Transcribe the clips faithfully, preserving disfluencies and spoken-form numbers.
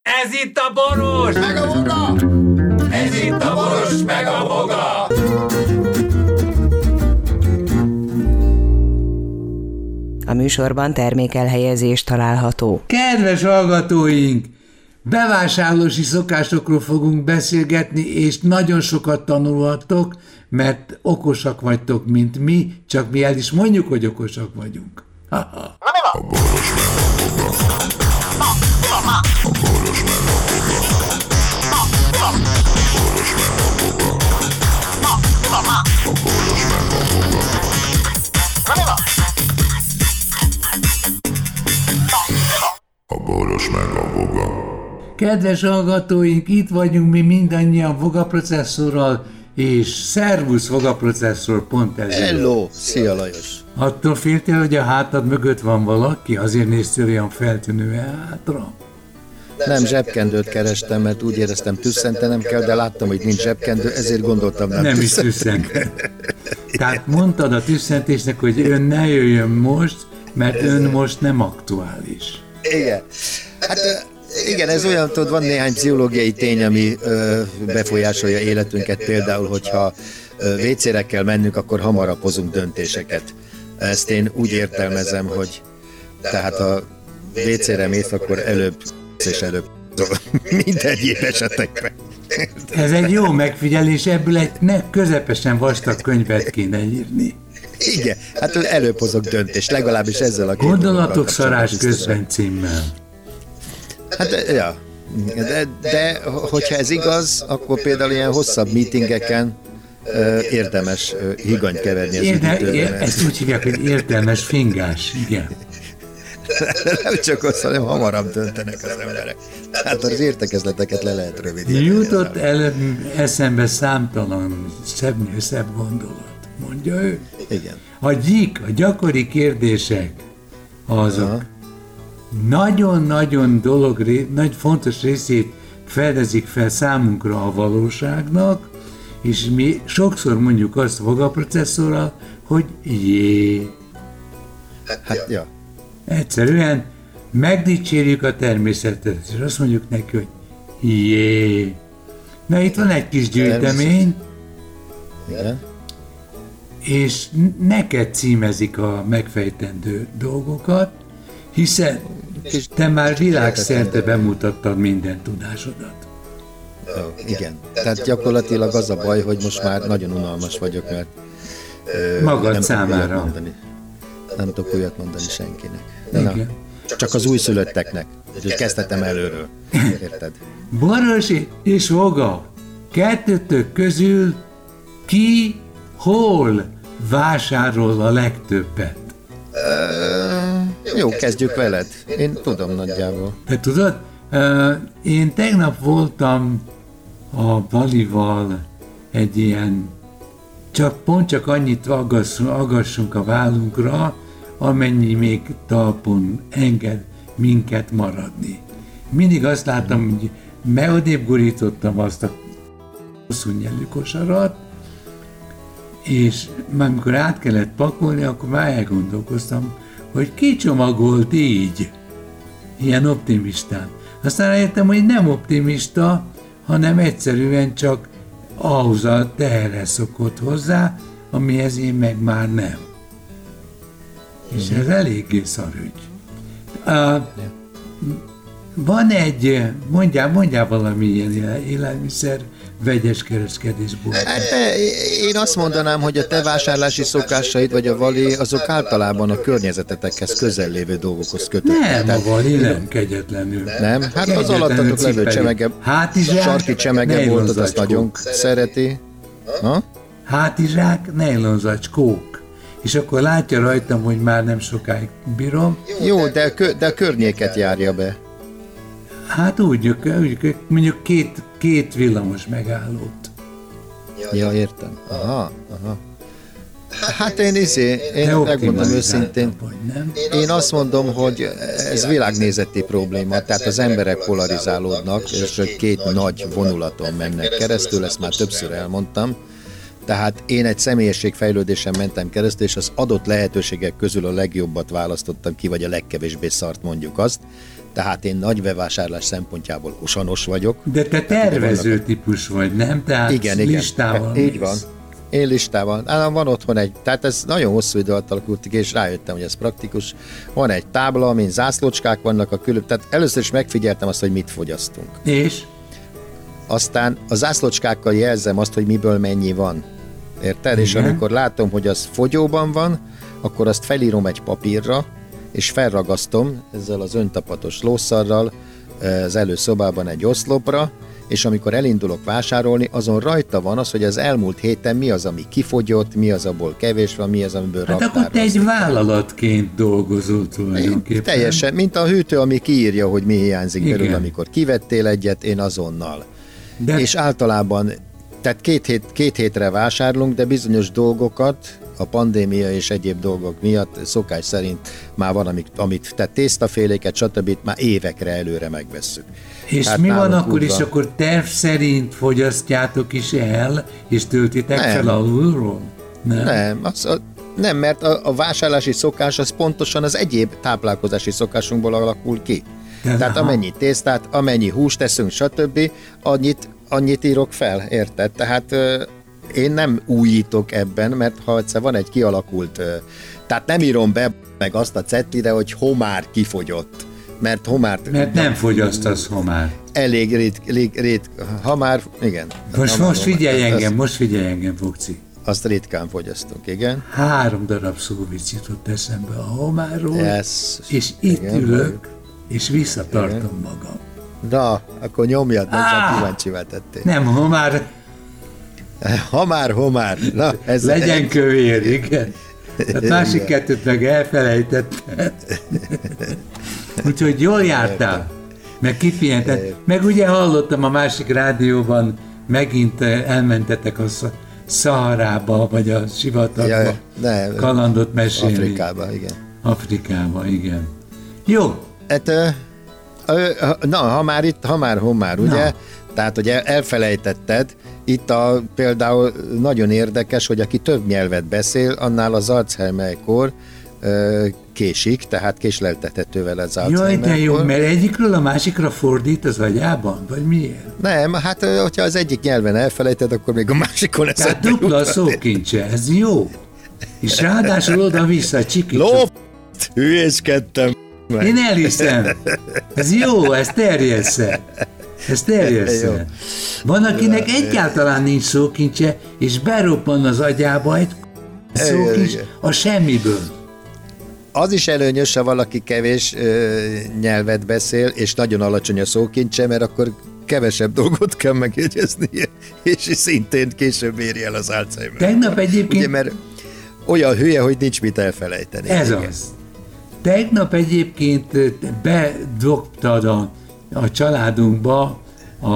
Ez itt a Boros! Meg a Boga! Ez itt a Boros, meg a Boga! A műsorban termékelhelyezés található. Kedves hallgatóink! Bevásárlási szokásokról fogunk beszélgetni, és nagyon sokat tanulhattok, mert okosak vagytok, mint mi, csak mi el is mondjuk, hogy okosak vagyunk. Ha-ha. A Boros meg a Boga. A Boros meg a Boga. A Boros meg a Boga. A Boros meg a Boga. A Boros meg a Boga. Kedves hallgatóink, itt vagyunk mi mindannyian Voga-processzorral, és szervusz Voga-processzor pont ezért. Hello! Szia Lajos! Attól féltél, hogy a hátad mögött van valaki? Azért néztél olyan feltűnően hátra? Nem, zsebkendőt kerestem, mert úgy éreztem, tüsszentenem kell, de láttam, hogy nincs zsebkendő, ezért gondoltam, nem Nem is tüsszent. Tehát mondtad a tüsszentésnek, hogy ön ne jöjjön most, mert ön most nem aktuális. Igen. Hát igen, ez olyan, tudod, van néhány pszichológiai tény, ami ö, befolyásolja életünket, például, hogyha ö, vécére kell mennünk, akkor hamarabb hozunk döntéseket. Ezt én úgy értelmezem, hogy tehát ha vécére mész, akkor előbb és előbb minden egyéb esetekben. Ez egy jó megfigyelés, ebből egy ne, közepesen vastag könyvet kéne írni. Igen, hát előbb hozok döntést, legalábbis ezzel a két Gondolatok szarás közben címmel. Hát, ja. De, de hogyha ez igaz, akkor például ilyen hosszabb meetingeken ö, érdemes ö, higanyt keverni az Érde, üdítőben. ér, ezt úgy hívják, hogy értelmes fingás, igen. Nem csak az, hanem hamarabb döntenek az emberek. Hát az értekezleteket le lehet rövidíteni. Jutott el eszembe számtalan szebbnél szebb gondolat, mondja ő. Igen. A gyík, a gyakori kérdések, azok Aha. nagyon-nagyon dolog, nagy fontos részét fedezik fel számunkra a valóságnak, és mi sokszor mondjuk azt Voga-processzorral, hogy jé. Hát, ja. Egyszerűen megdicsérjük a természetet, és azt mondjuk neki, hogy jé. Na itt van egy kis gyűjtemény, Igen. és neked címezik a megfejtendő dolgokat, hiszen te már világszerte bemutattad minden tudásodat. Ó, igen. Tehát gyakorlatilag az a baj, hogy most már nagyon unalmas vagyok, mert ö, Magad nem számára. Tudok mondani. Nem tudok újat mondani senkinek. De Igen. Na, csak az újszülötteknek. Úgyhogy kezdhetem előről. Érted? Boros és Voga, kettőtök közül ki, hol vásárol a legtöbbet? Ö, jó, kezdjük veled. Én tudom nagyjából. Te tudod, én tegnap voltam a Balival egy ilyen, csak pont csak annyit agasszunk, agassunk a vállunkra, amennyi még talpon enged minket maradni. Mindig azt láttam, hogy me odébb gurítottam azt a hosszú nyelű kosarat, és már amikor át kellett pakolni, akkor már elgondolkoztam, hogy ki csomagolt így, ilyen optimistán. Aztán rájöttem, hogy nem optimista, hanem egyszerűen csak ahhoz a teherre szokott hozzá, amihez én meg már nem. És ez eléggé szarügy. Uh, van egy, mondjál, mondjál valami ilyen élelmiszer, vegyes kereskedésból. Hát, én azt mondanám, hogy a te vásárlási szokásaid vagy a Vali, azok általában a környezetetekhez közel lévő dolgokhoz kötött. Nem, a Vali nem kegyetlenül. Nem? Hát az alattatok levő csemege, hátizsák, sarki csemege volt, azt nagyon szereti. Ha? Hátizsák, nejlonzacskók. És akkor látja rajtam, hogy már nem sokáig bírom. Jó, de a, kö, de a környéket járja be. Hát úgy, úgy mondjuk két, két villamos megállót. Ja, értem. Aha, aha. Hát én izé, én megmondom őszintén, én azt mondom, hogy ez világnézeti probléma, tehát az emberek polarizálódnak, és két nagy vonulaton mennek keresztül, ezt már többször elmondtam. Tehát én egy személyiségfejlődésen mentem keresztül, és az adott lehetőségek közül a legjobbat választottam ki, vagy a legkevésbé szart, mondjuk azt. Tehát én nagy bevásárlás szempontjából osanos vagyok. De te tervező vannak... típus vagy, nem? Tehát igen, listával igen. Így van. Én listával. Nálam van otthon egy, tehát ez nagyon hosszú idő alatt alakult ki, és rájöttem, hogy ez praktikus. Van egy tábla, amin zászlócskák vannak a külön, tehát először is megfigyeltem azt, hogy mit fogyasztunk. És? Aztán a zászlócskákkal jelzem azt, hogy miből mennyi van. Érted? Igen. És amikor látom, hogy az fogyóban van, akkor azt felírom egy papírra, és felragasztom ezzel az öntapatos lószarral az előszobában egy oszlopra, és amikor elindulok vásárolni, azon rajta van az, hogy az elmúlt héten mi az, ami kifogyott, mi az, abból kevés van, mi az, amiből hát raktároztam. Hát akkor te egy vállalatként dolgozol tulajdonképpen. Teljesen, mint a hűtő, ami kiírja, hogy mi hiányzik belőle, amikor kivettél egyet, én azonnal. De... És általában, tehát két, hét, két hétre vásárolunk, de bizonyos dolgokat, a pandémia és egyéb dolgok miatt szokás szerint már van, amit, amit tehát tésztaféléket, stb. Már évekre előre megvesszük. És hát mi van akkor is, akkor terv szerint fogyasztjátok is el, és töltitek nem. fel alulról? Nem, nem, az, a, nem mert a, a vásárlási szokás az pontosan az egyéb táplálkozási szokásunkból alakul ki. De Tehát aha. amennyi tésztát, amennyi húst teszünk, stb. Annyit, annyit írok fel, érted? Tehát én nem újítok ebben, mert ha egyszer van egy kialakult, tehát nem írom be meg azt a cetlire, hogy homár kifogyott. Mert homárt... Mert nem fogyasztasz homár. Elég rét, rét, rét homár, igen. Most, homár, most figyelj homár, engem, az, most figyelj engem, Fokci. Azt ritkán fogyasztunk, igen. Három darab szó jutott eszembe a homárról, yes, és itt igen, ülök, és visszatartom igen. magam. Na, akkor nyomjad, mert ah, kíváncsival tettél. Nem homár. Homár, homár. Na, ez legyen egy... kövér, igen. A másik kettőt meg elfelejtettem. Úgyhogy jól jártál, meg kipihented. Meg ugye hallottam a másik rádióban, megint elmentetek a Szaharába, vagy a sivatagba ja, ne, kalandot mesélni. Afrikába, igen. Afrikába, igen. Jó. Hát, na, ha már itt, ha már, ha már, ugye? Na. Tehát, hogy elfelejtetted, itt a, például nagyon érdekes, hogy aki több nyelvet beszél, annál az Alzheimer-kor késik, tehát késleltethetővel az Alzheimer-kor. Jaj, de jó, mert egyikről a másikra fordít az agyában? Vagy miért? Nem, hát hogyha az egyik nyelven elfelejted, akkor még a másikon eszedbe jut. Tehát dupla a szókincse, ez jó. És ráadásul oda-vissza csikítsuk. Lóf, hülyéskedtem. Én elhiszem. Ez jó, ez terjessze. Ez terjessze. Van, akinek egyáltalán nincs szókincse, és beroppan az agyába egy szókincs a semmiből. Az is előnyös, ha valaki kevés ö, nyelvet beszél, és nagyon alacsony a szókincse, mert akkor kevesebb dolgot kell megjegyeznie, és szintén később éri el az Alzheimer. Tegnap egyébként... Ugye, mert olyan hülye, hogy nincs mit elfelejteni. Ez igen. az. Tegnap egyébként bedobtad a, a családunkba a,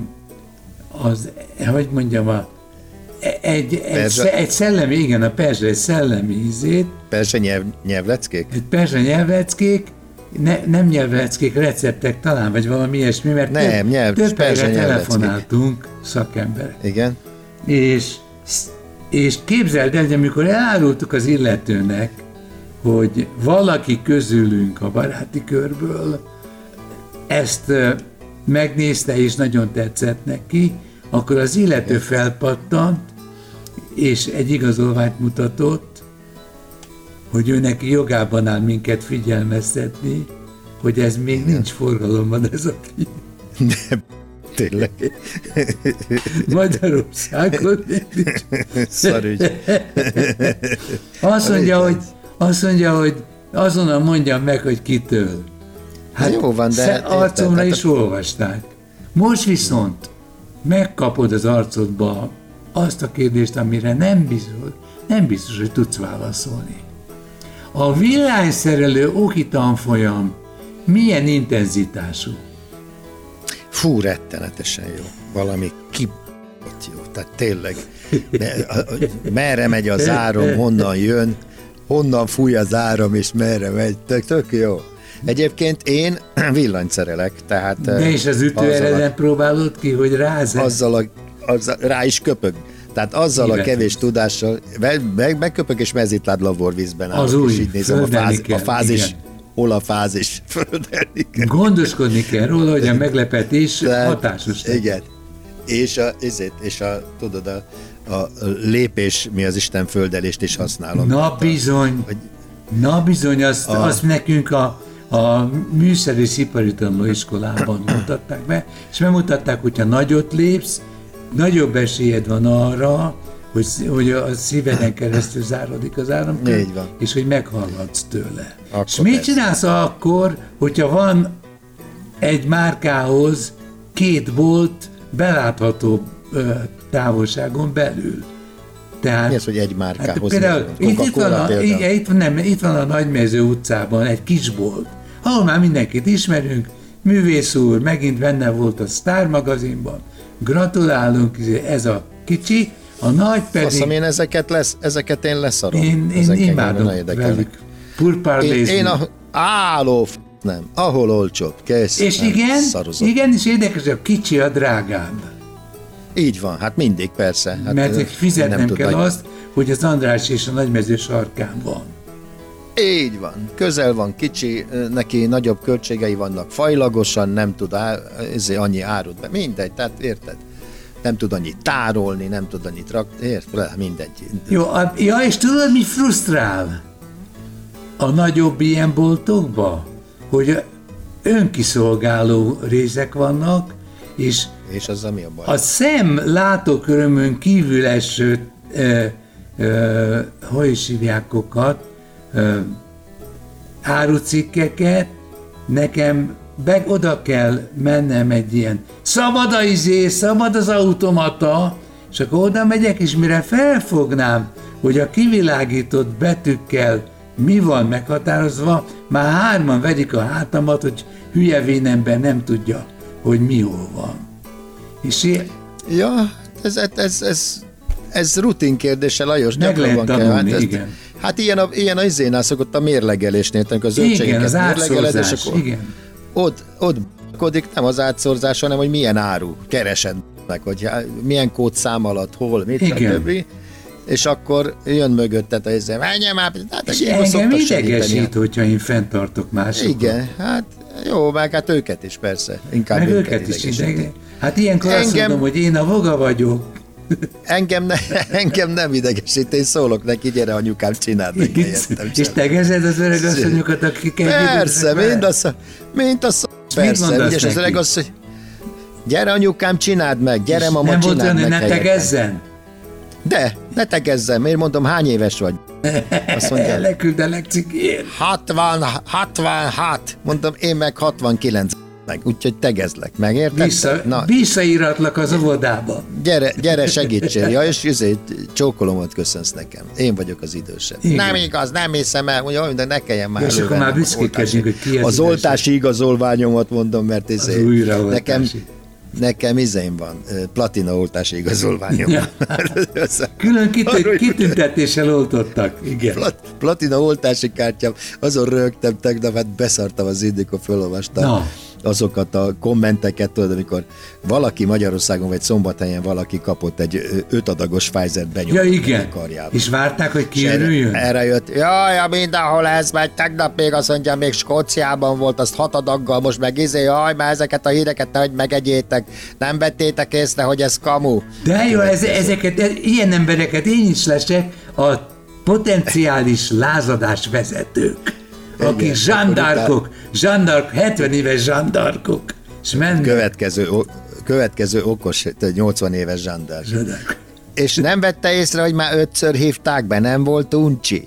az, hogy mondjam, a, egy, egy, egy szellemi, igen, a perzsa, egy szellemi ízét. Perzsa nyelv, nyelvleckék? Egy perzsa nyelvleckék, ne, nem nyelvleckék, receptek talán, vagy valami ilyesmi, mert nem, több, nyelv, több helyre telefonáltunk szakemberek. Igen. És, és képzeld el, hogy amikor elárultuk az illetőnek, hogy valaki közülünk a baráti körből ezt megnézte, és nagyon tetszett neki, akkor az illető felpattant, és egy igazolványt mutatott, hogy ő neki jogában áll minket figyelmeztetni, hogy ez még igen. nincs forgalomban ez a film. De tényleg. Magyarországon nincs. Szarügy. Azt mondja, hogy Azt mondja, hogy azonnal mondjam meg, hogy kitől. Hát jó van, de... Arcomra is a... olvasták. Most viszont megkapod az arcodba azt a kérdést, amire nem biztos, nem biztos, hogy tudsz válaszolni. A villanyszerelő oki tanfolyam milyen intenzitású? Fú, rettenetesen jó. Valami kibott jó. Tehát tényleg, merre megy az áram, honnan jön, honnan fúj az áram, és merre megy. Tök, tök jó. Egyébként én villanyszerelek, tehát... De és az ütőereden próbálod ki, hogy rázel? Azzal a, azzal, rá is köpög. Tehát azzal Hívet a kevés az. tudással, meg, megköpök és mezitláb laborvízben állok, az új, és így nézem a, fáz, a fázis, holafázis földelni kell. Gondoskodni kell róla, hogy a meglepetés Tehát, hatásos. Igen. És a, ezért, és a, tudod, a, a lépés, mi az Isten földelést is használom. Na bizony, hogy na bizony, azt, a, azt nekünk a, a műszeri szipari tanulóiskolában mutatták be, és megmutatták, hogyha nagyot lépsz, nagyobb esélyed van arra, hogy, hogy a szíveden keresztül zárodik az áramkör, és hogy meghalladsz tőle. Akkor és mit csinálsz akkor, hogyha van egy márkához két bolt belátható ö, távolságon belül? Tehát, mi az, hogy egy márkához? Hát például, itt, itt, van a, igen, itt, nem, itt van a Nagymező utcában egy kisbolt, ahol már mindenkit ismerünk, művész úr, megint benne volt a Sztár magazinban, gratulálunk, ez a kicsi, a nagy pedig... Azt mondom, én ezeket, lesz, ezeket én leszarom. Én, én imádom velük. Purpárlézni. Én, én a álló f... nem, ahol olcsóbb, kész. És nem, igen, szarozom. igen, és érdekes, a kicsi a drágább. Így van, hát mindig persze. Hát mert fizetnem kell nagy... azt, hogy az András és a Nagymező sarkán van. Így van, közel van, kicsi, neki nagyobb költségei vannak, fajlagosan nem tud á, ezért annyi árut be, mindegy, tehát érted? Nem tud annyit tárolni, nem tud annyit rak, érted? Mindegy. Jó, a, ja, és tudod, mi frusztrál a nagyobb ilyen boltokba? Hogy önkiszolgáló részek vannak, és, és az a mi a baj? A szem látókörömön kívül eső, ö, ö, hogy is hívjákokat, ö, árucikkeket, nekem be, oda kell mennem egy ilyen szabad a izé, szabad az automata, és akkor oda megyek, és mire felfognám, hogy a kivilágított betűkkel mi van meghatározva, már hárman verik a hátamat, hogy hülye vénemben nem tudja, hogy mi hol van. És én... Ja, ez, ez, ez, ez rutin kérdése, Lajos. Meg lehet tanulni, hát igen. Hát ilyen a, ilyen a izénál szokott a mérlegelésnél, amikor az zöldségeket mérlegeled, és akkor igen. ott, ott kodik nem az átszorzás, hanem hogy milyen áru keresed meg, hogy milyen kódszám alatt, hol, mit, stb. És akkor jön mögöttet a izé, menjem már, hát és engem idegesít, hogyha én fenntartok másokat. Igen, hát jó, meg hát őket is persze. Inkább meg őket, őket is idegen. Hát ilyenkor engem, azt mondom, hogy én a voga vagyok. Engem, ne, engem nem idegesít, én szólok neki, gyere anyukám, csináld meg helyettem. És tegezed az öreg asszonyokat, akik egyébként... Persze, mind a szó, mind a szó, persze. És az öreg asszony, gyere anyukám, csináld meg, gyere mama, nem csináld meg helyettem. Nem volt olyan, hogy ne tegezzen? De, ne tegezzem, én mondom, hány éves vagy? Azt mondja, leküldelek cikén. hatvan, hatvanhat, mondom, én meg hatvankilenc. Meg, úgyhogy tegezlek, megérted? Vissza, visszaíratlak az óvodába. Gyere, gyere segítsél, ja, és ezért csókolomot köszönsz nekem. Én vagyok az idősebb. Igen. Nem igaz, nem hiszem el, mondja, de ne kelljen már. És akkor már büszkékedjünk, hogy ki az Az idősebb. Oltási igazolványomat mondom, mert ezért nekem, nekem izém van, platina oltási igazolványom. Ja. Külön kitüntetéssel oltottak, igen. Plat, platina oltási kártyám, azon rögtem tegnap, hát beszartam az indikot, fölolvastam. No. Azokat a kommenteket, tudod, amikor valaki Magyarországon vagy Szombathelyen valaki kapott egy öt adagos Pfizer-t benyomott ja, igen. a karjába. És várták, hogy kiürüljön? Erre, erre jött, jaj, ja, mindenhol ez megy, tegnap még azt mondja, még Skóciában volt, azt hat adaggal, most meg izé, jaj, már ezeket a híreket nehogy megegyétek, nem vettétek észre, hogy ez kamu. De jó, ez, ezeket, ez, ilyen embereket én is leszek, a potenciális lázadás vezetők. Akik zsandárkok, zsandárk, hetven éves zsandárkok. Következő, következő okos, nyolcvan éves zsandárk. Zsandárk. És nem vette észre, hogy már ötször hívták be, nem volt uncsi.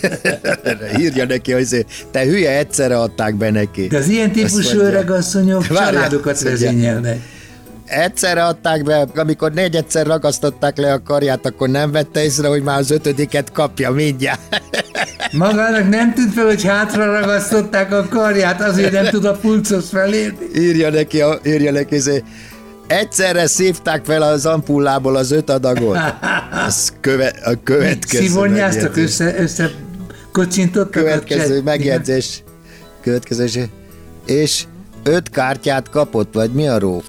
Írja neki, hogy te hülye, egyszerre adták be neki. De az ilyen típusú öregasszonyok családokat vezényelnek. Egyszerre adták be, amikor negyedszer ragasztották le a karját, akkor nem vette észre, hogy már az ötödiket kapja mindjárt. Magának nem tűnt fel, hogy hátra ragasztották a karját, azért nem tud a pulcos felérni. Írja neki, írja neki, egyszerre szívták fel az ampullából az öt adagot. Az köve, a következő szivonyáztak, össze, össze kocsintottak. Következő megjegyzés. Következő. És öt kártyát kapott, vagy mi a róf?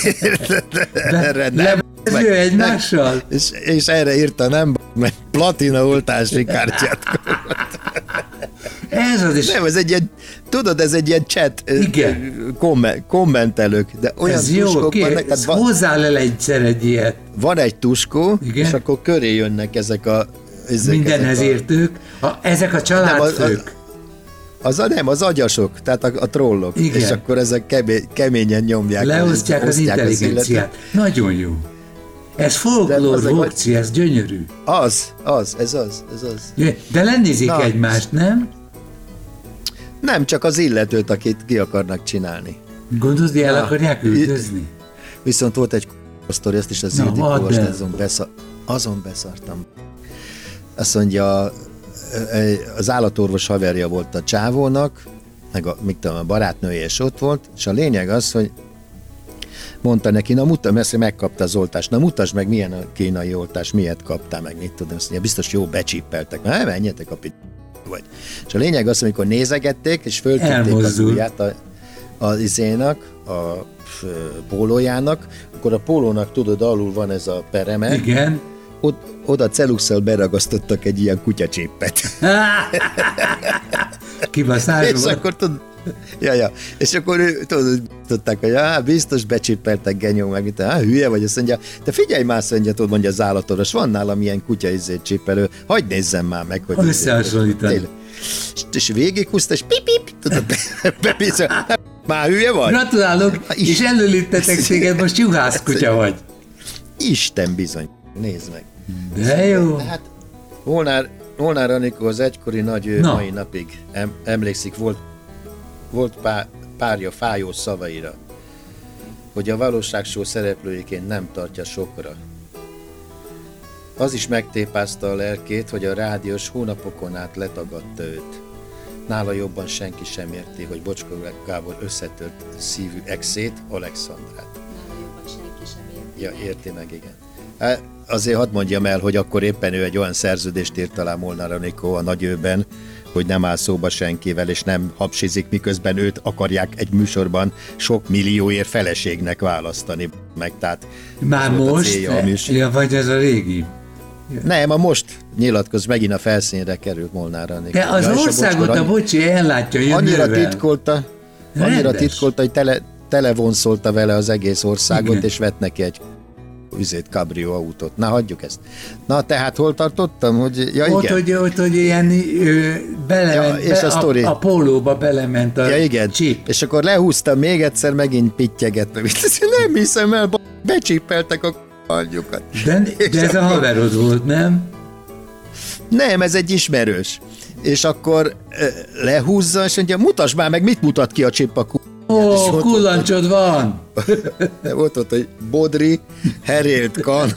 erre nem, le, egymással? És, és erre írta, nem, mert platina oltási kártyát kapott. Ez az is. Nem, ez egy ilyen, tudod, ez egy ilyen chat, komment, kommentelők, de olyan ez tuskók jó, vannak. Tehát van, hozzá le egyszer egy ilyet. Van egy tuskó, igen? És akkor köré jönnek ezek a... Ezek, mindenhez ezek a, értők, a, ezek a családfők. Az a nem, az agyasok, tehát a, a trollok, igen. És akkor ezek kemé, keményen nyomják. Leosztják az intelligenciát. Nagyon jó. Ez folklór, vokci, ez gyönyörű. Az, az, ez az, ez az. De lenézik Na, egymást, nem? Nem, csak az illetőt, akit ki akarnak csinálni. Gondolod, el Na, akarják üldözni? Viszont volt egy sztori, ezt is az Ildik olvast, azon, beszar, azon beszartam. Azt mondja, az állatorvos haverja volt a csávónak, meg a, mit tudom, a barátnője is ott volt, és a lényeg az, hogy mondta neki, na mutasd, mert megkapta az oltást, na mutasd meg, milyen a kínai oltás, miért kaptál, meg mit tudom, azt mondja, biztos jó becsippeltek, na menjetek a pit... vagy. És a lényeg az, amikor nézegették, és föltették az ujját a, az izénak, a pólójának, akkor a pólónak, tudod, alul van ez a pereme. Igen. Od, oda celuxal beragasztottak egy ilyen kutyacsippet. Kibaszásban. És akkor tudod, ja, ja. És akkor tudod, tudták, hogy ah, biztos becsippeltek, genyó, meg mit, ah, hülye vagy, azt mondja, te figyelj már, mondja, tudod, mondja az állatorvos, van nálam ilyen kutyaizét csippelő, hagyd nézzem már meg, hogy... Összehasonlítani. És végighúzta, és pip-pip, tudod, bepízol, már hülye vagy? Gratulálok, és előléptetek téged, most juhászkutya vagy. Isten bizony, nézd meg. De jó. Hát, Molnár, Molnár Anikó az egykori nagy ő Na. mai napig em, emlékszik, volt, volt pár, párja fájó szavaira, hogy a valóságshow szereplőiként nem tartja sokra. Az is megtépázta a lelkét, hogy a rádiós hónapokon át letagadta őt. Nála jobban senki sem érti, hogy Bocskor Gábor összetört szívű exét, Alexandrát. Nála jobban senki sem érti. Ja, érti meg, igen. Hát azért hadd mondjam el, hogy akkor éppen ő egy olyan szerződést írt alá Molnár Anikó a nagyőben, hogy nem áll szóba senkivel, és nem hapsizik, miközben őt akarják egy műsorban sok millióért feleségnek választani meg. Tehát már most? Ja, vagy ez a régi? Nem, a most nyilatkoz, megint a felszínre került Molnár Anikó. De az ja, országot a, a bocsi ellátja jövővel. Annyira titkolta, annyira titkolta, hogy tele, televonszolta vele az egész országot, igen. És vett neki egy üzét kabrió autót. Na, hagyjuk ezt. Na, tehát hol tartottam? Hogy, ja, ott, igen. Hogy, ott, hogy ilyen ö, belement, ja, és be, a, a, a pólóba belement a ja, igen. Csíp. És akkor lehúztam még egyszer, megint pittyeget. Nem hiszem el, becsípeltek a anyjukat. De, de ez a haverod volt, nem? Nem, ez egy ismerős. És akkor lehúzza, és mondja, mutasd már meg, mit mutat ki a csip a ku... Ó, kullancsod van! Volt ott, hogy Bodri, herélt kan,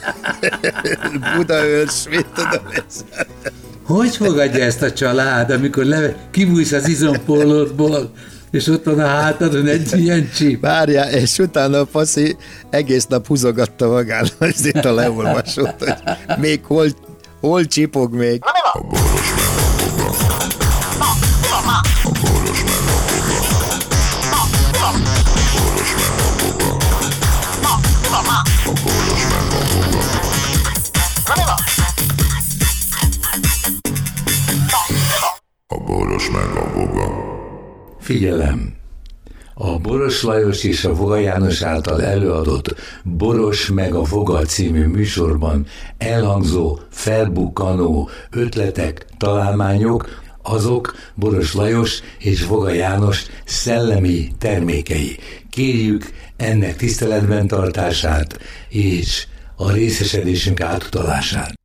Budaörs, mit tudom ez. Hogy fogadja ezt a család, amikor le, kibújsz az izompólódból, és ott van a hátadon egy ilyen csíp? Várjál, és utána a paszi egész nap húzogatta magának, és itt a leolvasott, hogy még hol, hol csipog még. A boros meg a boga. Figyelem! A Boros Lajos és a Voga János által előadott Boros meg a Voga című műsorban elhangzó, felbukkanó ötletek, találmányok, azok Boros Lajos és Voga János szellemi termékei. Kérjük ennek tiszteletben tartását és a részesedésünk átutalását.